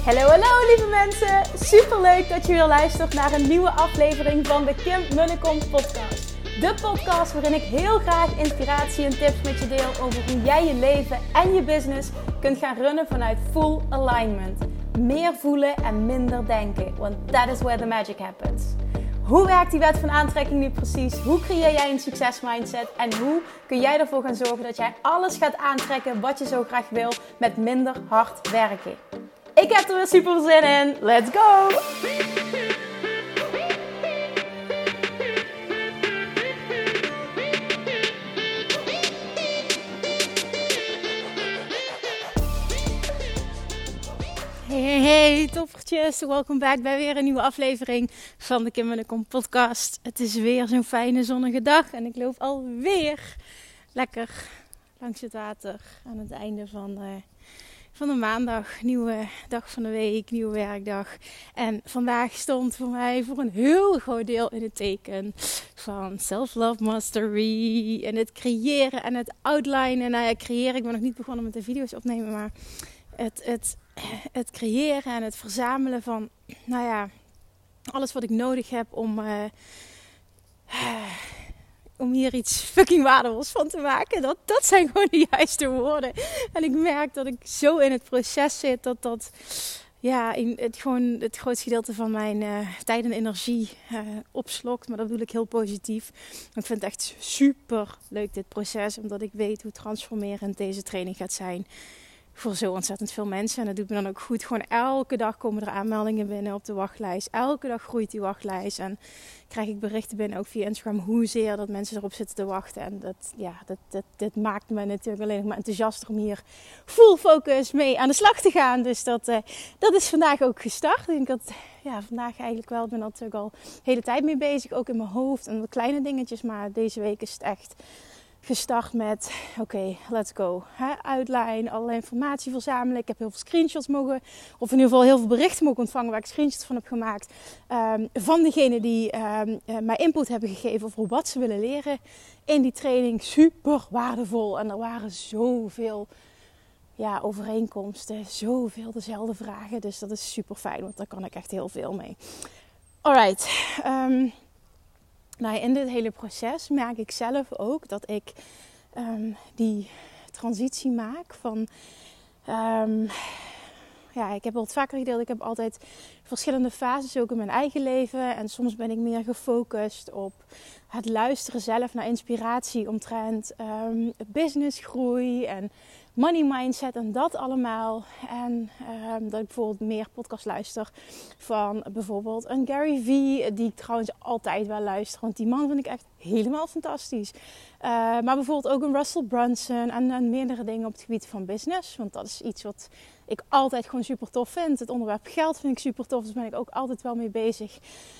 Hallo, hallo lieve mensen! Superleuk dat je weer luistert naar een nieuwe aflevering van de Kim Munnekom podcast. De podcast waarin ik heel graag inspiratie en tips met je deel over hoe jij je leven en je business kunt gaan runnen vanuit full alignment. Meer voelen en minder denken, want that is where the magic happens. Hoe werkt die wet van aantrekking nu precies? Hoe creëer jij een succesmindset? En hoe kun jij ervoor gaan zorgen dat jij alles gaat aantrekken wat je zo graag wil met minder hard werken? Ik heb er weer super zin in. Let's go! Hey toppertjes, welkom back bij weer een nieuwe aflevering van de Kim Munnekom podcast. Het is weer zo'n fijne zonnige dag en ik loop alweer lekker langs het water aan het einde van de maandag. Nieuwe dag van de week, nieuwe werkdag. En vandaag stond voor mij voor een heel groot deel in het teken van self-love mastery en het creëren en het outlinen. Nou ja, creëren, ik ben nog niet begonnen met de video's opnemen, maar het creëren en het verzamelen van, nou ja, alles wat ik nodig heb om hier iets fucking waardevols van te maken. Dat zijn gewoon de juiste woorden. En ik merk dat ik zo in het proces zit dat het grootste gedeelte van mijn tijd en energie opslokt. Maar dat bedoel ik heel positief. Ik vind het echt super leuk dit proces, omdat ik weet hoe transformerend deze training gaat zijn voor zo ontzettend veel mensen. En dat doet me dan ook goed. Gewoon elke dag komen er aanmeldingen binnen op de wachtlijst. Elke dag groeit die wachtlijst. En krijg ik berichten binnen, ook via Instagram, hoezeer dat mensen erop zitten te wachten. En dat maakt me natuurlijk alleen maar enthousiaster om hier full focus mee aan de slag te gaan. Dus dat is vandaag ook gestart. Ik denk dat vandaag eigenlijk wel, ik ben er natuurlijk al de hele tijd mee bezig. Ook in mijn hoofd en wat kleine dingetjes. Maar deze week is het echt gestart met, oké, let's go. Outline, allerlei informatie verzamelen. Ik heb heel veel screenshots of in ieder geval heel veel berichten mogen ontvangen waar ik screenshots van heb gemaakt. Van degenen die mij input hebben gegeven over wat ze willen leren in die training. Super waardevol. En er waren zoveel overeenkomsten, zoveel dezelfde vragen. Dus dat is super fijn, want daar kan ik echt heel veel mee. Alright. In dit hele proces merk ik zelf ook dat ik die transitie maak van... ik heb al het vaker gedeeld. Ik heb altijd verschillende fases ook in mijn eigen leven. En soms ben ik meer gefocust op het luisteren zelf naar inspiratie omtrent businessgroei en money mindset en dat allemaal. En dat ik bijvoorbeeld meer podcast luister van bijvoorbeeld een Gary Vee, die ik trouwens altijd wel luister. Want die man vind ik echt helemaal fantastisch. Maar bijvoorbeeld ook een Russell Brunson en meerdere dingen op het gebied van business. Want dat is iets wat ik altijd gewoon super tof vind. Het onderwerp geld vind ik super tof, dus ben ik ook altijd wel mee bezig.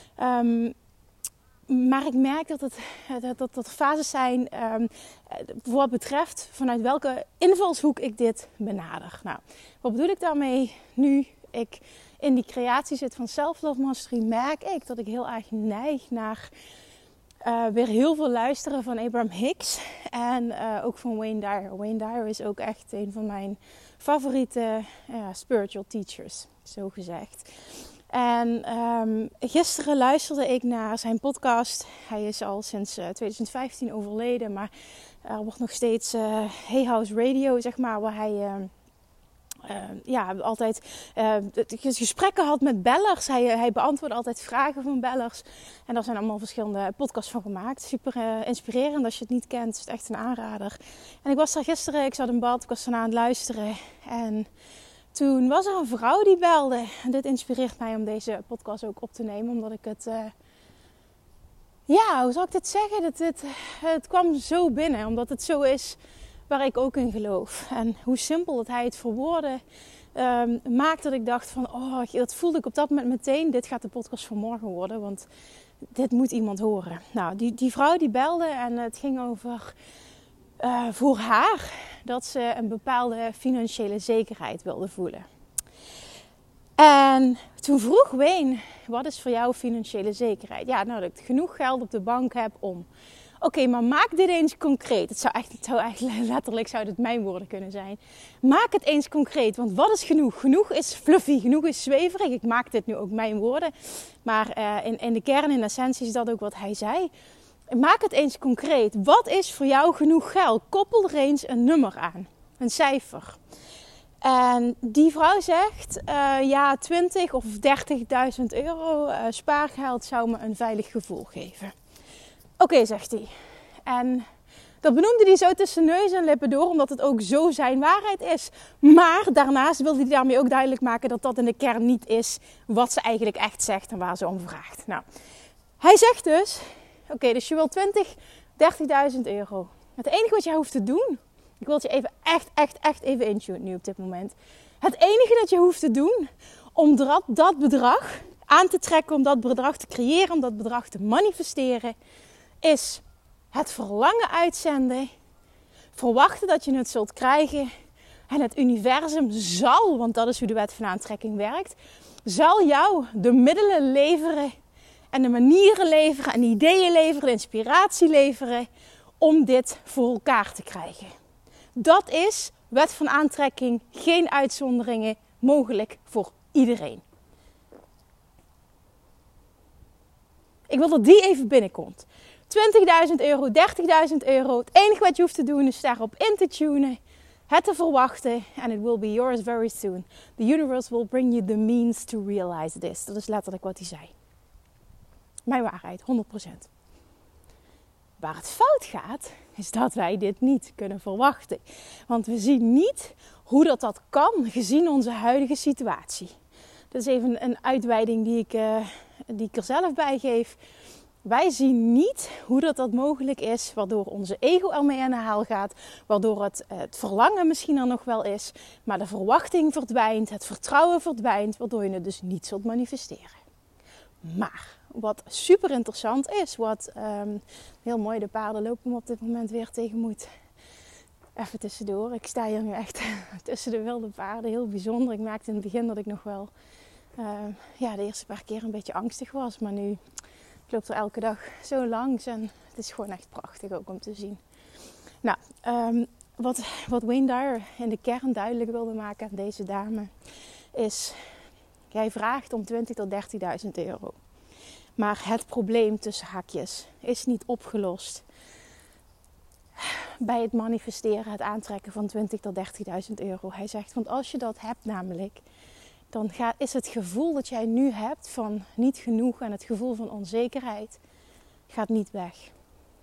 Maar ik merk dat fases zijn voor wat betreft vanuit welke invalshoek ik dit benader. Nou, wat bedoel ik daarmee? Nu ik in die creatie zit van Self-Love Mastery, merk ik dat ik heel erg neig naar weer heel veel luisteren van Abraham Hicks en ook van Wayne Dyer. Wayne Dyer is ook echt een van mijn favoriete spiritual teachers, zo gezegd. En gisteren luisterde ik naar zijn podcast. Hij is al sinds 2015 overleden, maar er wordt nog steeds Hay House Radio, zeg maar, waar hij altijd gesprekken had met bellers. Hij beantwoordde altijd vragen van bellers. En daar zijn allemaal verschillende podcasts van gemaakt. Super inspirerend. Als je het niet kent, is het echt een aanrader. En ik was daar gisteren, ik zat in bad, ik was daarna aan het luisteren. En toen was er een vrouw die belde. En dit inspireert mij om deze podcast ook op te nemen. Omdat ik het... hoe zal ik dit zeggen? Het kwam zo binnen. Omdat het zo is waar ik ook in geloof. En hoe simpel dat hij het verwoordde maakt dat ik dacht van... dat voelde ik op dat moment meteen. Dit gaat de podcast van morgen worden. Want dit moet iemand horen. Nou, die vrouw die belde en het ging over... voor haar dat ze een bepaalde financiële zekerheid wilde voelen. En toen vroeg Wayne, wat is voor jou financiële zekerheid? Ja, nou, dat ik genoeg geld op de bank heb om Oké, maar maak dit eens concreet. Het zou eigenlijk letterlijk mijn woorden kunnen zijn. Maak het eens concreet, want wat is genoeg? Genoeg is fluffy, genoeg is zweverig. Ik maak dit nu ook mijn woorden. Maar in de kern, in essentie is dat ook wat hij zei. Maak het eens concreet. Wat is voor jou genoeg geld? Koppel er eens een nummer aan. Een cijfer. En die vrouw zegt, 20 of 30.000 euro spaargeld zou me een veilig gevoel geven. Oké, zegt hij. En dat benoemde hij zo tussen neus en lippen door, omdat het ook zo zijn waarheid is. Maar daarnaast wilde hij daarmee ook duidelijk maken dat dat in de kern niet is wat ze eigenlijk echt zegt en waar ze om vraagt. Nou, hij zegt dus, oké, dus je wil 30.000 euro. Het enige wat jij hoeft te doen, ik wil het je even echt even intunen nu op dit moment. Het enige dat je hoeft te doen om dat bedrag aan te trekken, om dat bedrag te creëren, om dat bedrag te manifesteren, is het verlangen uitzenden, verwachten dat je het zult krijgen en het universum zal, want dat is hoe de wet van aantrekking werkt, zal jou de middelen leveren en de manieren leveren en ideeën leveren, de inspiratie leveren om dit voor elkaar te krijgen. Dat is wet van aantrekking, geen uitzonderingen, mogelijk voor iedereen. Ik wil dat die even binnenkomt. 20.000 euro, 30.000 euro. Het enige wat je hoeft te doen is daarop in te tunen. Het te verwachten. And it will be yours very soon. The universe will bring you the means to realize this. Dat is letterlijk wat hij zei. Mijn waarheid, 100%. Waar het fout gaat, is dat wij dit niet kunnen verwachten. Want we zien niet hoe dat kan, gezien onze huidige situatie. Dat is even een uitweiding die ik er zelf bij geef. Wij zien niet hoe dat mogelijk is, waardoor onze ego ermee aan de haal gaat, waardoor het verlangen misschien er nog wel is, maar de verwachting verdwijnt, het vertrouwen verdwijnt, waardoor je het dus niet zult manifesteren. Maar wat super interessant is, heel mooi, de paarden lopen me op dit moment weer tegenmoet. Even tussendoor, ik sta hier nu echt tussen de wilde paarden, heel bijzonder. Ik merkte in het begin dat ik nog wel de eerste paar keer een beetje angstig was, maar nu ik loop er elke dag zo langs en het is gewoon echt prachtig ook om te zien. Nou, wat Wayne Dyer in de kern duidelijk wilde maken aan deze dame is, jij vraagt om 20.000 tot 30.000 euro. Maar het probleem tussen haakjes is niet opgelost bij het manifesteren, het aantrekken van 20.000 tot 30.000 euro. Hij zegt, want als je dat hebt namelijk, dan is het gevoel dat jij nu hebt van niet genoeg en het gevoel van onzekerheid gaat niet weg.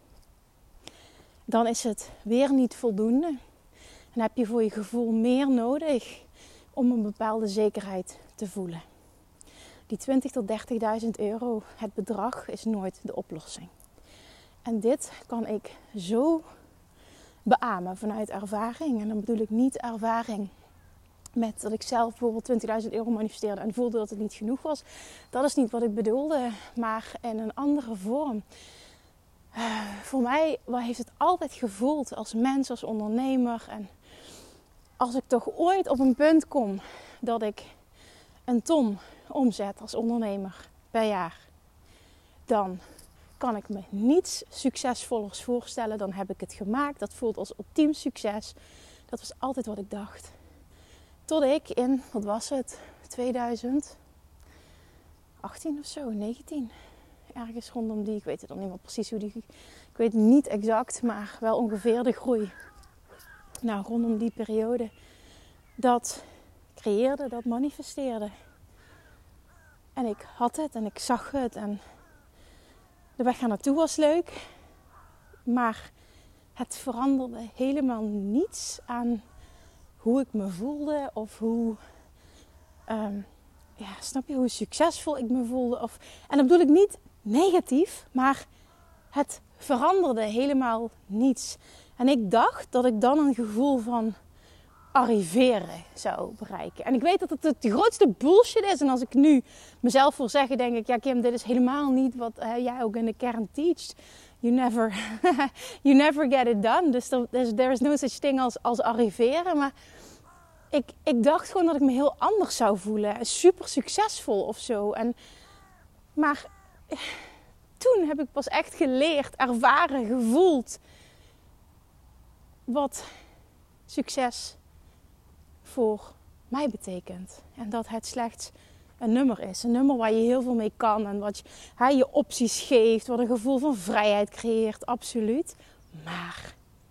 Dan is het weer niet voldoende en heb je voor je gevoel meer nodig om een bepaalde zekerheid te voelen. Die 20.000 tot 30.000 euro, het bedrag, is nooit de oplossing. En dit kan ik zo beamen vanuit ervaring. En dan bedoel ik niet ervaring met dat ik zelf bijvoorbeeld 20.000 euro manifesteerde en voelde dat het niet genoeg was. Dat is niet wat ik bedoelde, maar in een andere vorm. Voor mij heeft het altijd gevoeld als mens, als ondernemer. En als ik toch ooit op een punt kom dat ik een ton omzet als ondernemer per jaar, dan kan ik me niets succesvollers voorstellen. Dan heb ik het gemaakt. Dat voelt als ultiem succes. Dat was altijd wat ik dacht. Tot ik in, 2018 of zo, 19. Ergens rondom die, ik weet het nog niet meer precies hoe die, ik weet niet exact, maar wel ongeveer de groei. Nou, rondom die periode, dat creëerde, dat manifesteerde. En ik had het en ik zag het en de weg er naartoe was leuk. Maar het veranderde helemaal niets aan hoe ik me voelde of hoe hoe succesvol ik me voelde. En dat bedoel ik niet negatief, maar het veranderde helemaal niets. En ik dacht dat ik dan een gevoel van arriveren zou bereiken. En ik weet dat het de grootste bullshit is. En als ik nu mezelf voor zeggen, denk ik, ja Kim, dit is helemaal niet wat jij ook in de kern teacht. You never get it done. Dus there is no such thing als arriveren. Maar ik dacht gewoon dat ik me heel anders zou voelen. Super succesvol of zo. Maar toen toen heb ik pas echt geleerd, ervaren, gevoeld wat succes voor mij betekent. En dat het slechts een nummer is. Een nummer waar je heel veel mee kan. En wat je opties geeft. Wat een gevoel van vrijheid creëert. Absoluut. Maar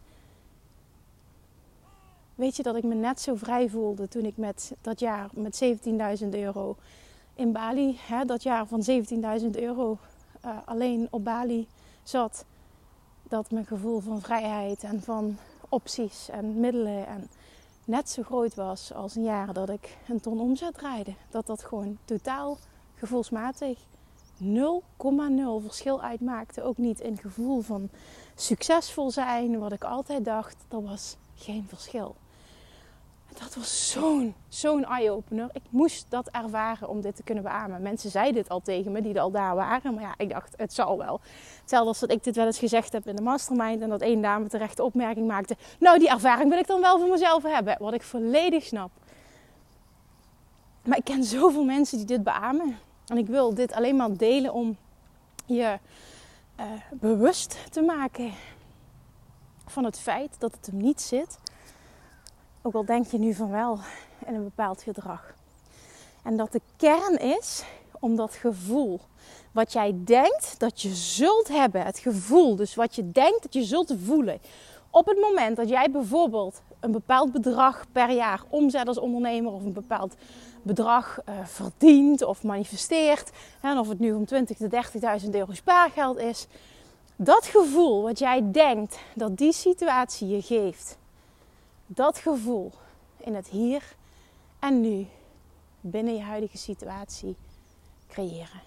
weet je dat ik me net zo vrij voelde toen ik met dat jaar met €17.000 in Bali. Dat jaar van €17.000 alleen op Bali zat. Dat mijn gevoel van vrijheid en van opties en middelen en net zo groot was als een jaar dat ik een ton omzet draaide. Dat gewoon totaal gevoelsmatig 0,0 verschil uitmaakte. Ook niet in gevoel van succesvol zijn. Wat ik altijd dacht, er was geen verschil. Dat was zo'n eye-opener. Ik moest dat ervaren om dit te kunnen beamen. Mensen zeiden dit al tegen me, die er al daar waren. Maar ja, ik dacht, het zal wel. Hetzelfde als dat ik dit wel eens gezegd heb in de mastermind. En dat één dame terecht de opmerking maakte. Nou, die ervaring wil ik dan wel voor mezelf hebben. Wat ik volledig snap. Maar ik ken zoveel mensen die dit beamen. En ik wil dit alleen maar delen om je bewust te maken van het feit dat het hem niet zit. Ook al denk je nu van wel in een bepaald gedrag. En dat de kern is om dat gevoel. Wat jij denkt dat je zult hebben. Het gevoel. Dus wat je denkt dat je zult voelen. Op het moment dat jij bijvoorbeeld een bepaald bedrag per jaar omzet als ondernemer. Of een bepaald bedrag verdient of manifesteert. En of het nu om 20.000 tot 30.000 euro spaargeld is. Dat gevoel wat jij denkt dat die situatie je geeft. Dat gevoel in het hier en nu binnen je huidige situatie creëren.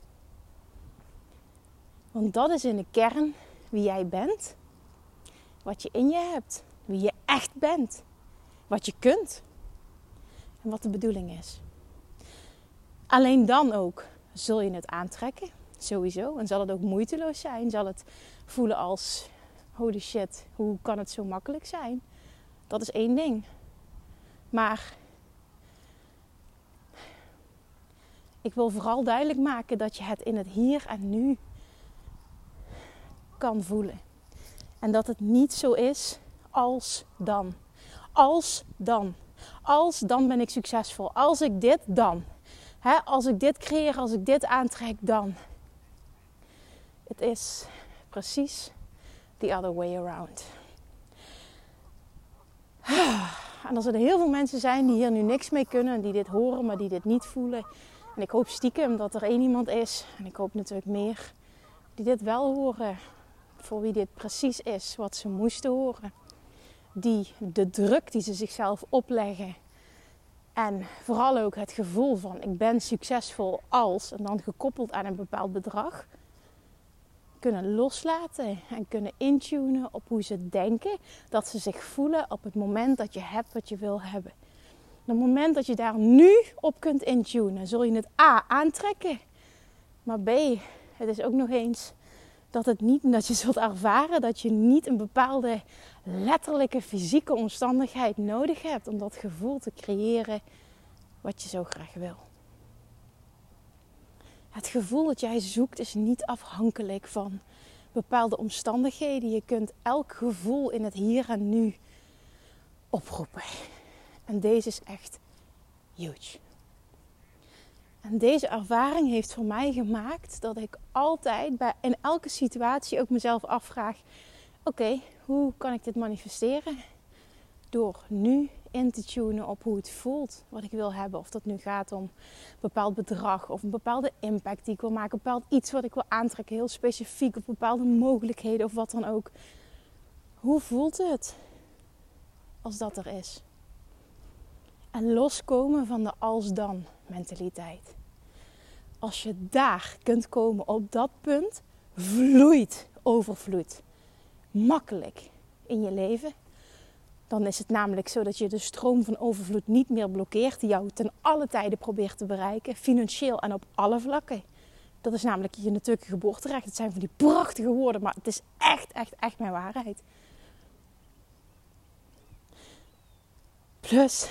Want dat is in de kern wie jij bent, wat je in je hebt, wie je echt bent, wat je kunt en wat de bedoeling is. Alleen dan ook zul je het aantrekken, sowieso. En zal het ook moeiteloos zijn, zal het voelen als holy shit, hoe kan het zo makkelijk zijn? Dat is één ding. Maar ik wil vooral duidelijk maken dat je het in het hier en nu kan voelen. En dat het niet zo is als dan. Als dan. Als dan ben ik succesvol. Als ik dit dan. Als ik dit creëer, als ik dit aantrek dan. Het is precies the other way around. En als er heel veel mensen zijn die hier nu niks mee kunnen, die dit horen, maar die dit niet voelen. En ik hoop stiekem dat er één iemand is, en ik hoop natuurlijk meer, die dit wel horen. Voor wie dit precies is wat ze moesten horen. Die de druk die ze zichzelf opleggen. En vooral ook het gevoel van ik ben succesvol als, en dan gekoppeld aan een bepaald bedrag. Kunnen loslaten en kunnen intunen op hoe ze denken. Dat ze zich voelen op het moment dat je hebt wat je wil hebben. Op het moment dat je daar nu op kunt intunen, zul je het A aantrekken. Maar B, het is ook nog eens dat je zult ervaren dat je niet een bepaalde letterlijke fysieke omstandigheid nodig hebt om dat gevoel te creëren wat je zo graag wil. Het gevoel dat jij zoekt is niet afhankelijk van bepaalde omstandigheden. Je kunt elk gevoel in het hier en nu oproepen. En deze is echt huge. En deze ervaring heeft voor mij gemaakt dat ik altijd in elke situatie ook mezelf afvraag. Oké, hoe kan ik dit manifesteren? Door nu in te tunen op hoe het voelt wat ik wil hebben. Of dat nu gaat om een bepaald bedrag of een bepaalde impact die ik wil maken. Een bepaald iets wat ik wil aantrekken, heel specifiek. Of bepaalde mogelijkheden of wat dan ook. Hoe voelt het als dat er is? En loskomen van de als-dan mentaliteit. Als je daar kunt komen op dat punt, vloeit overvloed. Makkelijk in je leven. Dan is het namelijk zo dat je de stroom van overvloed niet meer blokkeert. Die jou ten alle tijden probeert te bereiken. Financieel en op alle vlakken. Dat is namelijk je natuurlijke geboorterecht. Het zijn van die prachtige woorden, maar het is echt mijn waarheid. Plus,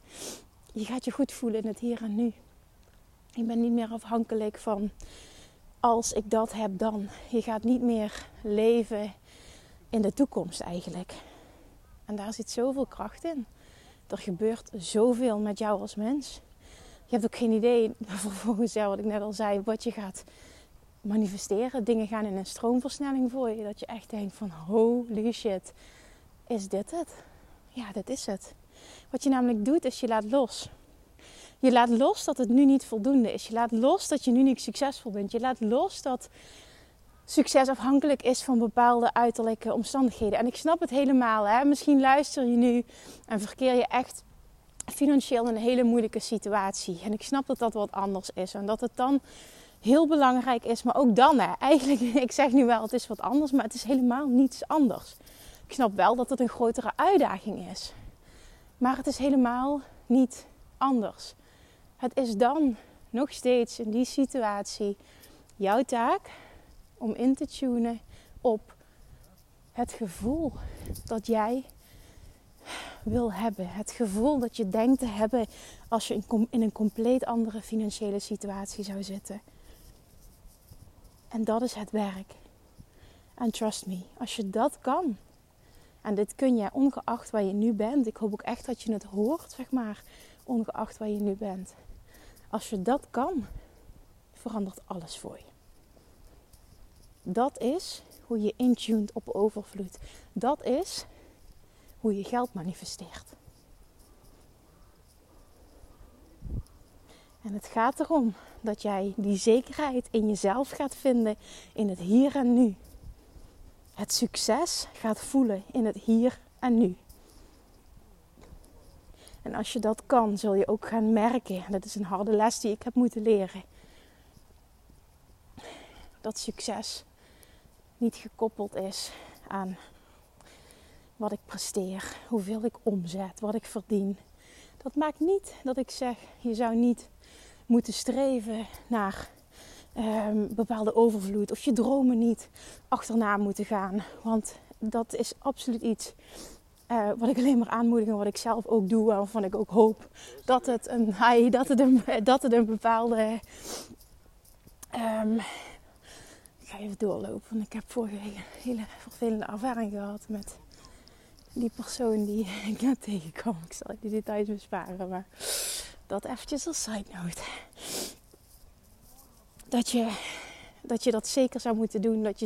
je gaat je goed voelen in het hier en nu. Je bent niet meer afhankelijk van als ik dat heb dan. Je gaat niet meer leven in de toekomst eigenlijk. En daar zit zoveel kracht in. Er gebeurt zoveel met jou als mens. Je hebt ook geen idee, vervolgens wat ik net al zei, wat je gaat manifesteren. Dingen gaan in een stroomversnelling voor je. Dat je echt denkt van holy shit, is dit het? Ja, dit is het. Wat je namelijk doet is je laat los. Je laat los dat het nu niet voldoende is. Je laat los dat je nu niet succesvol bent. Je laat los dat succes afhankelijk is van bepaalde uiterlijke omstandigheden. En ik snap het helemaal. Hè? Misschien luister je nu en verkeer je echt financieel in een hele moeilijke situatie. En ik snap dat dat wat anders is. En dat het dan heel belangrijk is. Maar ook dan, hè, eigenlijk, ik zeg nu wel het is wat anders, maar het is helemaal niets anders. Ik snap wel dat het een grotere uitdaging is. Maar het is helemaal niet anders. Het is dan nog steeds in die situatie jouw taak om in te tunen op het gevoel dat jij wil hebben. Het gevoel dat je denkt te hebben als je in een compleet andere financiële situatie zou zitten. En dat is het werk. En trust me, als je dat kan, en dit kun je ongeacht waar je nu bent. Ik hoop ook echt dat je het hoort, zeg maar, ongeacht waar je nu bent. Als je dat kan, verandert alles voor je. Dat is hoe je intuned op overvloed. Dat is hoe je geld manifesteert. En het gaat erom dat jij die zekerheid in jezelf gaat vinden in het hier en nu. Het succes gaat voelen in het hier en nu. En als je dat kan, zul je ook gaan merken, en dat is een harde les die ik heb moeten leren, dat succes niet gekoppeld is aan wat ik presteer, hoeveel ik omzet, wat ik verdien. Dat maakt niet dat ik zeg, je zou niet moeten streven naar bepaalde overvloed of je dromen niet achterna moeten gaan. Want dat is absoluut iets wat ik alleen maar aanmoedig en wat ik zelf ook doe. Waarvan ik ook hoop dat het een bepaalde... ik ga even doorlopen, want ik heb vorige week een hele vervelende ervaring gehad met die persoon die ik net tegenkwam. Ik zal die details besparen, maar dat eventjes als side note. Dat je dat zeker zou moeten doen. Dat je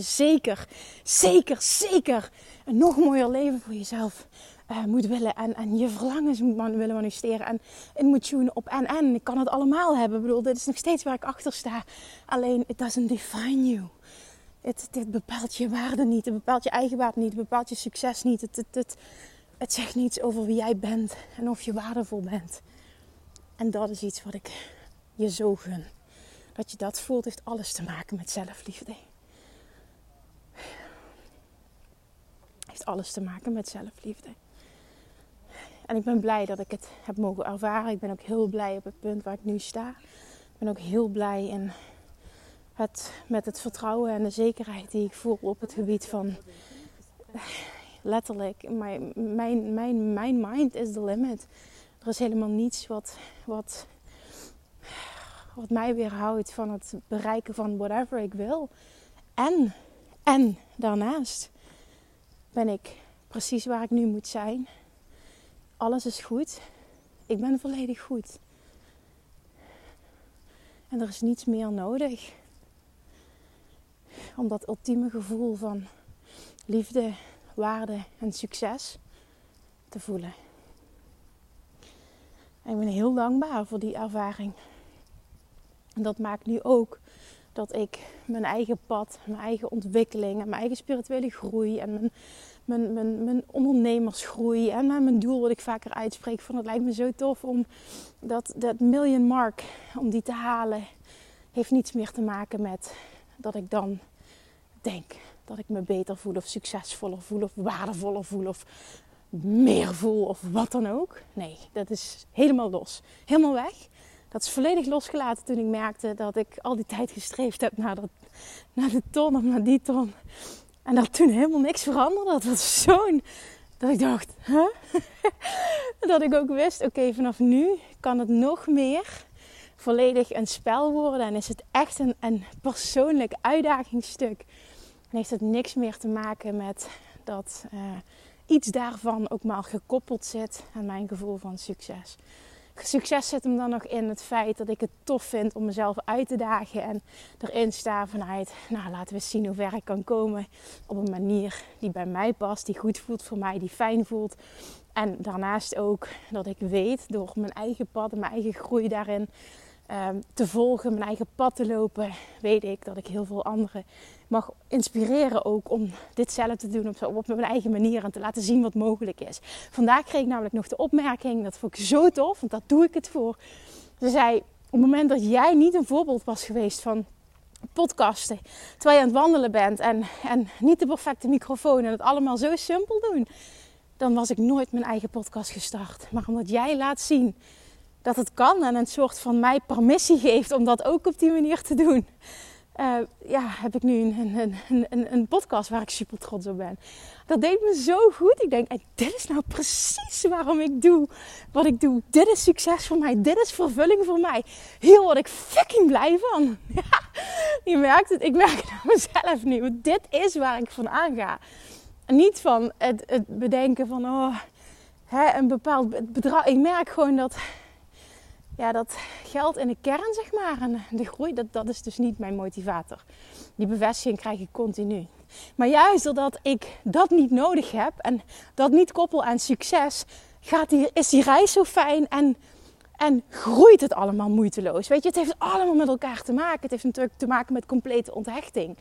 zeker een nog mooier leven voor jezelf moet willen. En je verlangens moet willen manifesteren. En in moet tunen op en. Ik kan het allemaal hebben. Ik bedoel, dit is nog steeds waar ik achter sta. Alleen, it doesn't define you. Dit bepaalt je waarde niet. Het bepaalt je eigenwaarde niet. Het bepaalt je succes niet. Het zegt niets over wie jij bent. En of je waardevol bent. En dat is iets wat ik je zo gun. Dat je dat voelt, heeft alles te maken met zelfliefde. Heeft alles te maken met zelfliefde. En ik ben blij dat ik het heb mogen ervaren. Ik ben ook heel blij op het punt waar ik nu sta. Ik ben ook heel blij met het vertrouwen en de zekerheid die ik voel op het gebied van... Letterlijk, mijn mind is the limit. Er is helemaal niets wat mij weerhoudt van het bereiken van whatever ik wil. En daarnaast ben ik precies waar ik nu moet zijn. Alles is goed. Ik ben volledig goed. En er is niets meer nodig om dat ultieme gevoel van liefde, waarde en succes te voelen. En ik ben heel dankbaar voor die ervaring. En dat maakt nu ook dat ik mijn eigen pad, mijn eigen ontwikkeling en mijn eigen spirituele groei en mijn ondernemersgroei en mijn doel wat ik vaker uitspreek van het lijkt me zo tof om dat million mark, om die te halen, heeft niets meer te maken met dat ik dan denk dat ik me beter voel of succesvoller voel of waardevoller voel of meer voel of wat dan ook. Nee, dat is helemaal los. Helemaal weg. Dat is volledig losgelaten toen ik merkte dat ik al die tijd gestreefd heb naar de ton of naar die ton. En dat toen helemaal niks veranderde. Dat was dat ik dacht, huh? Dat ik ook wist, oké, vanaf nu kan het nog meer volledig een spel worden en is het echt een persoonlijk uitdagingsstuk. En heeft het niks meer te maken met dat iets daarvan ook maar gekoppeld zit aan mijn gevoel van succes. Succes zit hem dan nog in het feit dat ik het tof vind om mezelf uit te dagen en erin sta vanuit, laten we eens zien hoe ver ik kan komen op een manier die bij mij past, die goed voelt voor mij, die fijn voelt. En daarnaast ook dat ik weet door mijn eigen pad en mijn eigen groei daarin te volgen, mijn eigen pad te lopen, weet ik dat ik heel veel anderen mag inspireren ook om ditzelfde te doen op mijn eigen manier en te laten zien wat mogelijk is. Vandaag kreeg ik namelijk nog de opmerking, dat vond ik zo tof, want daar doe ik het voor. Ze zei, op het moment dat jij niet een voorbeeld was geweest van podcasten, terwijl je aan het wandelen bent en niet de perfecte microfoon en het allemaal zo simpel doen, dan was ik nooit mijn eigen podcast gestart. Maar omdat jij laat zien dat het kan en een soort van mij permissie geeft om dat ook op die manier te doen, heb ik nu een podcast waar ik super trots op ben. Dat deed me zo goed. Ik denk, dit is nou precies waarom ik doe wat ik doe. Dit is succes voor mij. Dit is vervulling voor mij. Hier word ik fucking blij van. Ja, je merkt het. Ik merk het aan mezelf nu. Want dit is waar ik van aanga. Niet van het bedenken van een bepaald bedrag. Ik merk gewoon dat geld in de kern, zeg maar, en de groei, dat is dus niet mijn motivator. Die bevestiging krijg ik continu. Maar juist doordat ik dat niet nodig heb en dat niet koppel aan succes, is die reis zo fijn en groeit het allemaal moeiteloos. Weet je, het heeft allemaal met elkaar te maken. Het heeft natuurlijk te maken met complete onthechting.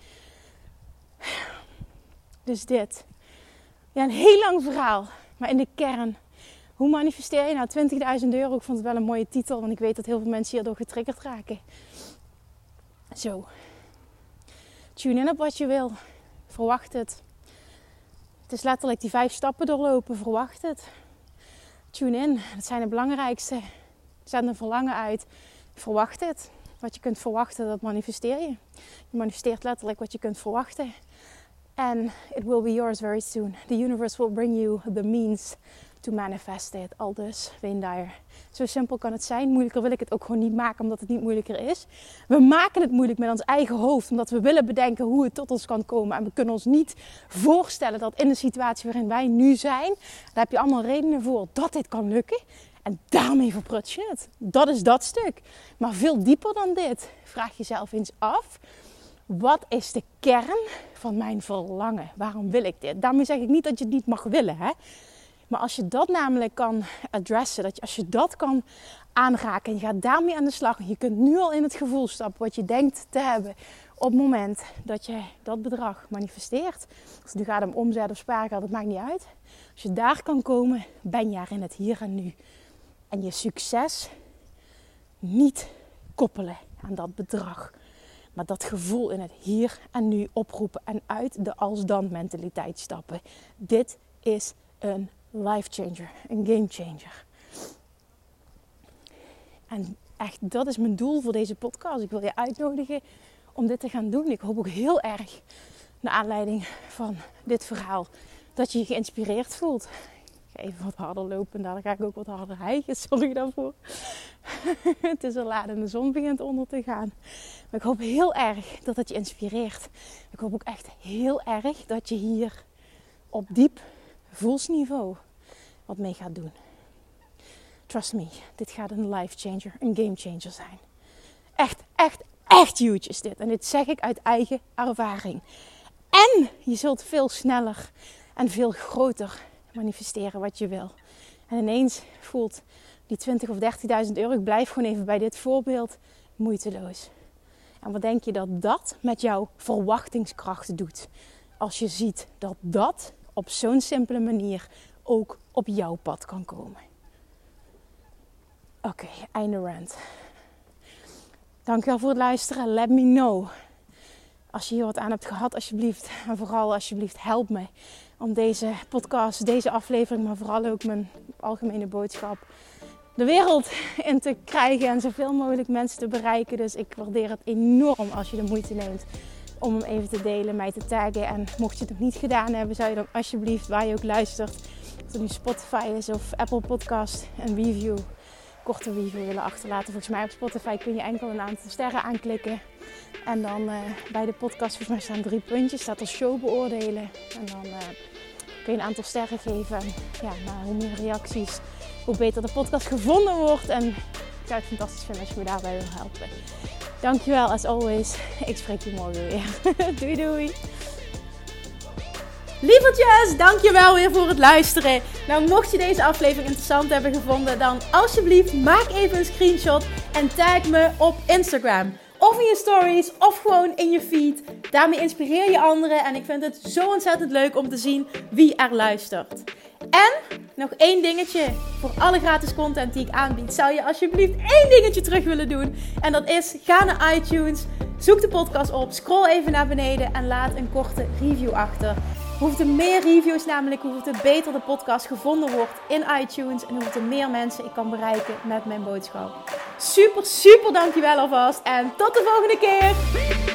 Dus dit. Ja, een heel lang verhaal, maar in de kern. Hoe manifesteer je nou €20.000? Ik vond het wel een mooie titel, want ik weet dat heel veel mensen hierdoor getriggerd raken. Zo. Tune in op wat je wil. Verwacht het. Het is letterlijk die 5 stappen doorlopen. Verwacht het. Tune in. Dat zijn de belangrijkste. Zet een verlangen uit. Verwacht het. Wat je kunt verwachten, dat manifesteer je. Je manifesteert letterlijk wat je kunt verwachten. And it will be yours very soon. The universe will bring you the means to manifest it. Aldus, Wayne Dyer. Zo simpel kan het zijn. Moeilijker wil ik het ook gewoon niet maken, omdat het niet moeilijker is. We maken het moeilijk met ons eigen hoofd, omdat we willen bedenken hoe het tot ons kan komen. En we kunnen ons niet voorstellen dat in de situatie waarin wij nu zijn, daar heb je allemaal redenen voor dat dit kan lukken. En daarmee verpruts je het. Dat is dat stuk. Maar veel dieper dan dit. Vraag jezelf eens af. Wat is de kern van mijn verlangen? Waarom wil ik dit? Daarmee zeg ik niet dat je het niet mag willen, hè? Maar als je dat namelijk kan adressen, als je dat kan aanraken en je gaat daarmee aan de slag. En je kunt nu al in het gevoel stappen wat je denkt te hebben op het moment dat je dat bedrag manifesteert. Als het nu gaat om omzet of spaargeld, dat maakt niet uit. Als je daar kan komen, ben je er in het hier en nu. En je succes niet koppelen aan dat bedrag. Maar dat gevoel in het hier en nu oproepen en uit de als-dan mentaliteit stappen. Dit is een life changer, een game changer. En echt, dat is mijn doel voor deze podcast. Ik wil je uitnodigen om dit te gaan doen. Ik hoop ook heel erg, naar aanleiding van dit verhaal, dat je je geïnspireerd voelt. Ik ga even wat harder lopen en daarna ga ik ook wat harder hijgen. Sorry daarvoor. Het is al laat en de zon begint onder te gaan. Maar ik hoop heel erg dat het je inspireert. Ik hoop ook echt heel erg dat je hier op diep voelsniveau wat mee gaat doen. Trust me, dit gaat een life changer, een game changer zijn. Echt huge is dit. En dit zeg ik uit eigen ervaring. En je zult veel sneller en veel groter manifesteren wat je wil. En ineens voelt die 20.000 of 30.000 euro, ik blijf gewoon even bij dit voorbeeld, moeiteloos. En wat denk je dat dat met jouw verwachtingskracht doet? Als je ziet dat dat op zo'n simpele manier ook op jouw pad kan komen. Oké, einde rant. Dankjewel voor het luisteren. Let me know. Als je hier wat aan hebt gehad, alsjeblieft. En vooral alsjeblieft help me om deze podcast, deze aflevering, maar vooral ook mijn algemene boodschap de wereld in te krijgen en zoveel mogelijk mensen te bereiken. Dus ik waardeer het enorm als je de moeite neemt om hem even te delen, mij te taggen. En mocht je het nog niet gedaan hebben, zou je dan alsjeblieft, waar je ook luistert, of het nu Spotify is of Apple Podcast, een review korte review willen achterlaten. Volgens mij op Spotify kun je enkel een aantal sterren aanklikken. En dan bij de podcast, volgens mij staan 3 puntjes, staat als show beoordelen. En dan kun je een aantal sterren geven. En nou, hoe meer reacties, hoe beter de podcast gevonden wordt. En ik zou het fantastisch vinden als je me daarbij wil helpen. Dankjewel, as always. Ik spreek je morgen weer. Doei doei. Lievertjes, dankjewel weer voor het luisteren. Nou, mocht je deze aflevering interessant hebben gevonden, dan alsjeblieft maak even een screenshot en tag me op Instagram. Of in je stories, of gewoon in je feed. Daarmee inspireer je anderen en ik vind het zo ontzettend leuk om te zien wie er luistert. En nog 1 dingetje voor alle gratis content die ik aanbied. Zou je alsjeblieft 1 dingetje terug willen doen? En dat is, ga naar iTunes, zoek de podcast op, scroll even naar beneden en laat een korte review achter. Hoeveel meer reviews namelijk, hoeveel beter de podcast gevonden wordt in iTunes. En hoeveel meer mensen ik kan bereiken met mijn boodschap. Super, super dankjewel alvast. En tot de volgende keer.